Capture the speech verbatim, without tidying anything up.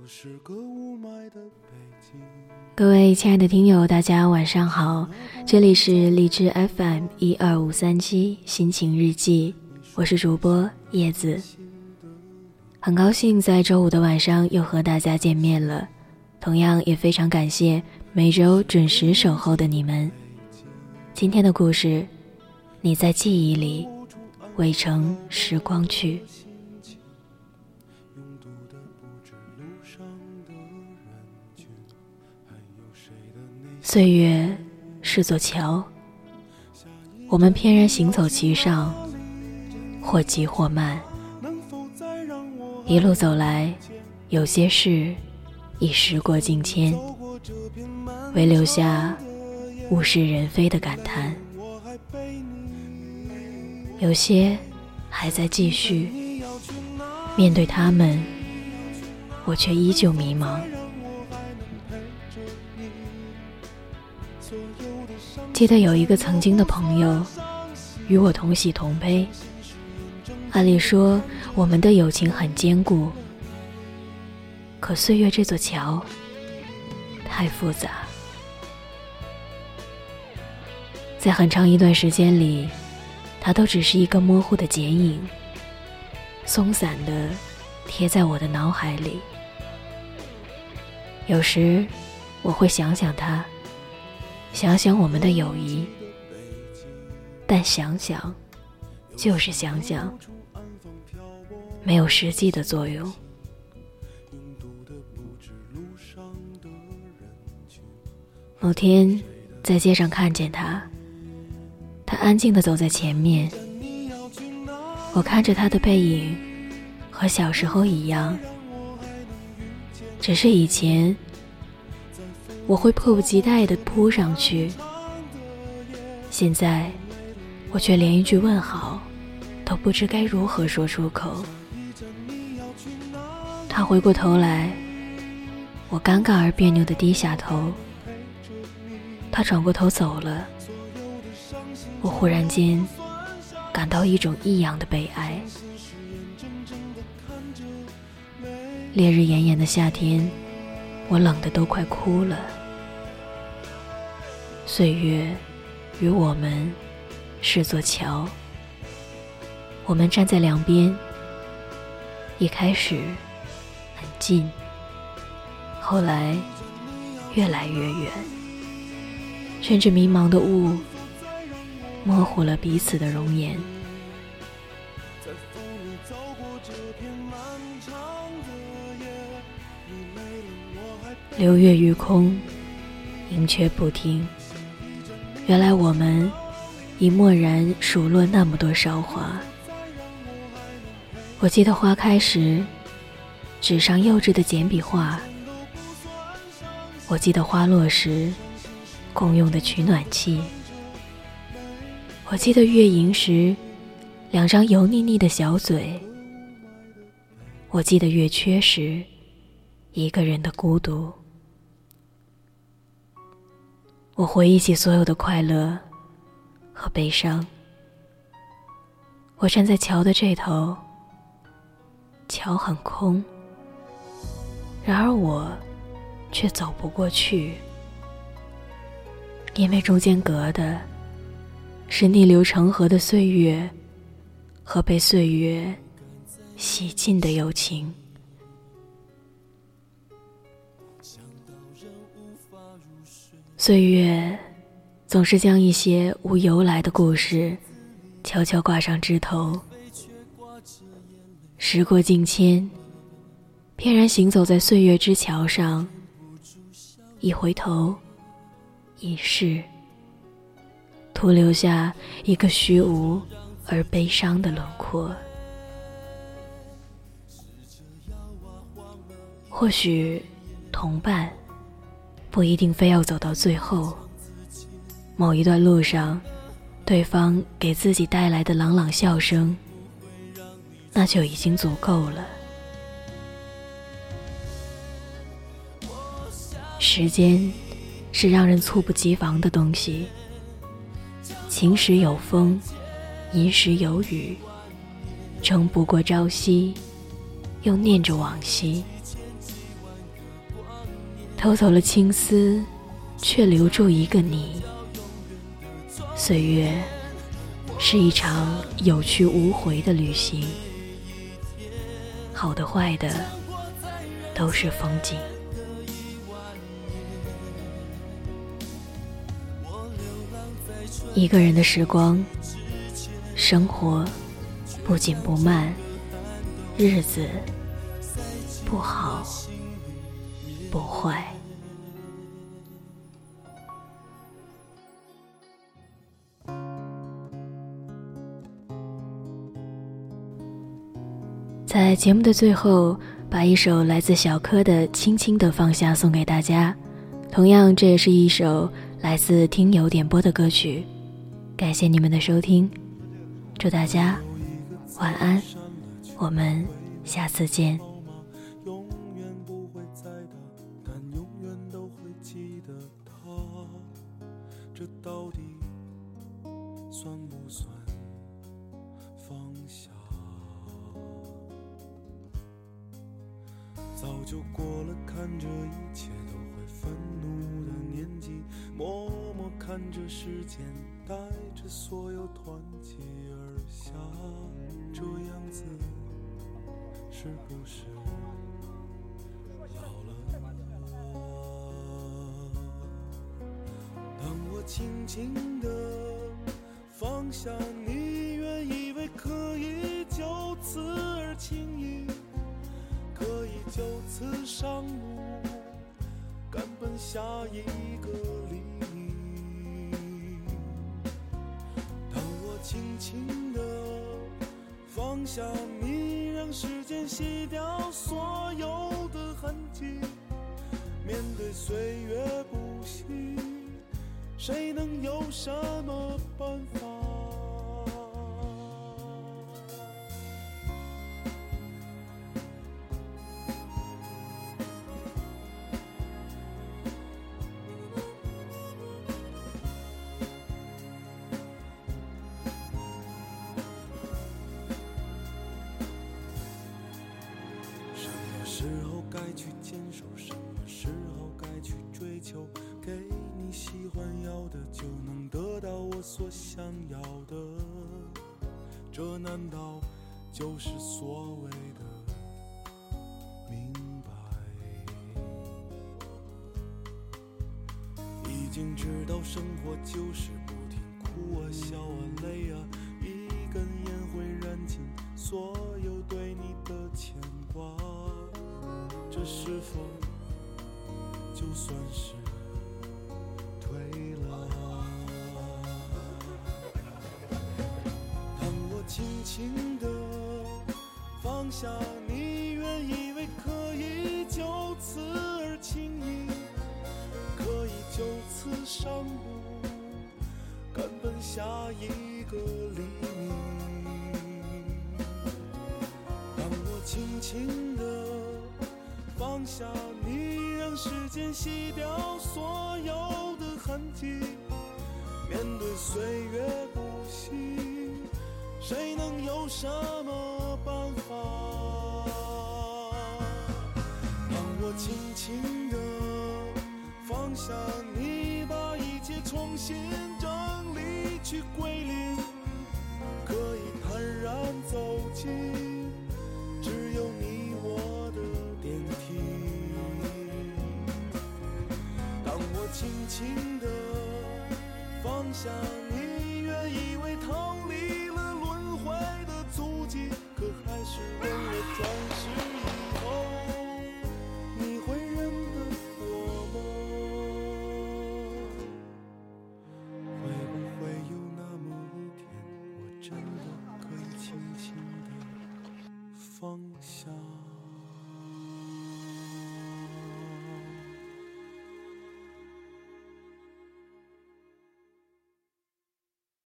各位亲爱的听友，大家晚上好，这里是荔枝 F M 一二五三七心情日记，我是主播叶子。很高兴在周五的晚上又和大家见面了，同样也非常感谢每周准时守候的你们。今天的故事，你在记忆里未成时光去。岁月是座桥，我们翩然行走其上，或急或慢。一路走来，有些事已时过境迁，唯留下物是人非的感叹。有些还在继续，面对他们，我却依旧迷茫。记得有一个曾经的朋友，与我同喜同悲。按理说，我们的友情很坚固，可岁月这座桥太复杂。在很长一段时间里，它都只是一个模糊的剪影，松散地贴在我的脑海里。有时我会想想它，想想我们的友谊，但想想就是想想，没有实际的作用。某天在街上看见他，他安静地走在前面，我看着他的背影，和小时候一样，只是以前我会迫不及待地扑上去，现在我却连一句问好都不知该如何说出口。他回过头来，我尴尬而别扭地低下头，他转过头走了，我忽然间感到一种异样的悲哀。烈日炎炎的夏天，我冷得都快哭了。岁月与我们是座桥，我们站在两边，一开始很近，后来越来越远，甚至迷茫的雾模糊了彼此的容颜。流月于空，银雀不停，原来我们已默然数落那么多韶华。我记得花开时纸上幼稚的简笔画，我记得花落时共用的取暖器，我记得月盈时两张油腻腻的小嘴，我记得月缺时一个人的孤独。我回忆起所有的快乐和悲伤，我站在桥的这头，桥很空，然而我却走不过去，因为中间隔的是逆流成河的岁月和被岁月洗尽的友情。岁月总是将一些无由来的故事悄悄挂上枝头，时过境迁，翩然行走在岁月之桥上，一回头一世，徒留下一个虚无而悲伤的轮廓。或许同伴不一定非要走到最后，某一段路上，对方给自己带来的朗朗笑声，那就已经足够了。时间是让人猝不及防的东西，晴时有风，阴时有雨，争不过朝夕，又念着往昔。 偷走了青丝，却留住一个你。岁月是一场有去无回的旅行，好的坏的都是风景。一个人的时光，生活不紧不慢，日子不好不坏。在节目的最后，把一首来自小柯的《轻轻的放下》送给大家，同样这也是一首来自听友点播的歌曲。感谢你们的收听，祝大家晚安，我们下次见。 永远不会再大，但永远都会记得他，这到底算不算放下？早就过了看着一切都会愤怒的年纪，默默看着时间带着所有团结而下，这样子是不是老了？当我轻轻地放下你，原以为可以就此而轻易，可以就此上路，赶奔下一个黎明。当我轻轻地放下你，让时间洗掉所有的痕迹，面对岁月不息，谁能有什么办法？什么时候该去坚守，什么时候该去追求，给你喜欢要的就能得到我所想要的，这难道就是所谓的明白？已经知道生活就是不停哭啊笑啊累啊，一根烟会燃尽所有对你的牵挂，这是否就算是退了？当我轻轻地放下你，原以为可以就此而轻易，可以就此上路，赶奔下一个黎明。当我轻轻地放下你，让时间洗掉所有的痕迹，面对岁月不息，谁能有什么办法？当我轻轻地放下你，把一切重新整理去归零，可以坦然走进只有你我的电梯。当我轻轻地放下你，原以为逃离了轮回的足迹，可还是问了转世以后你会认得我吗？会不会有那么一天，我真的可以轻轻地放下？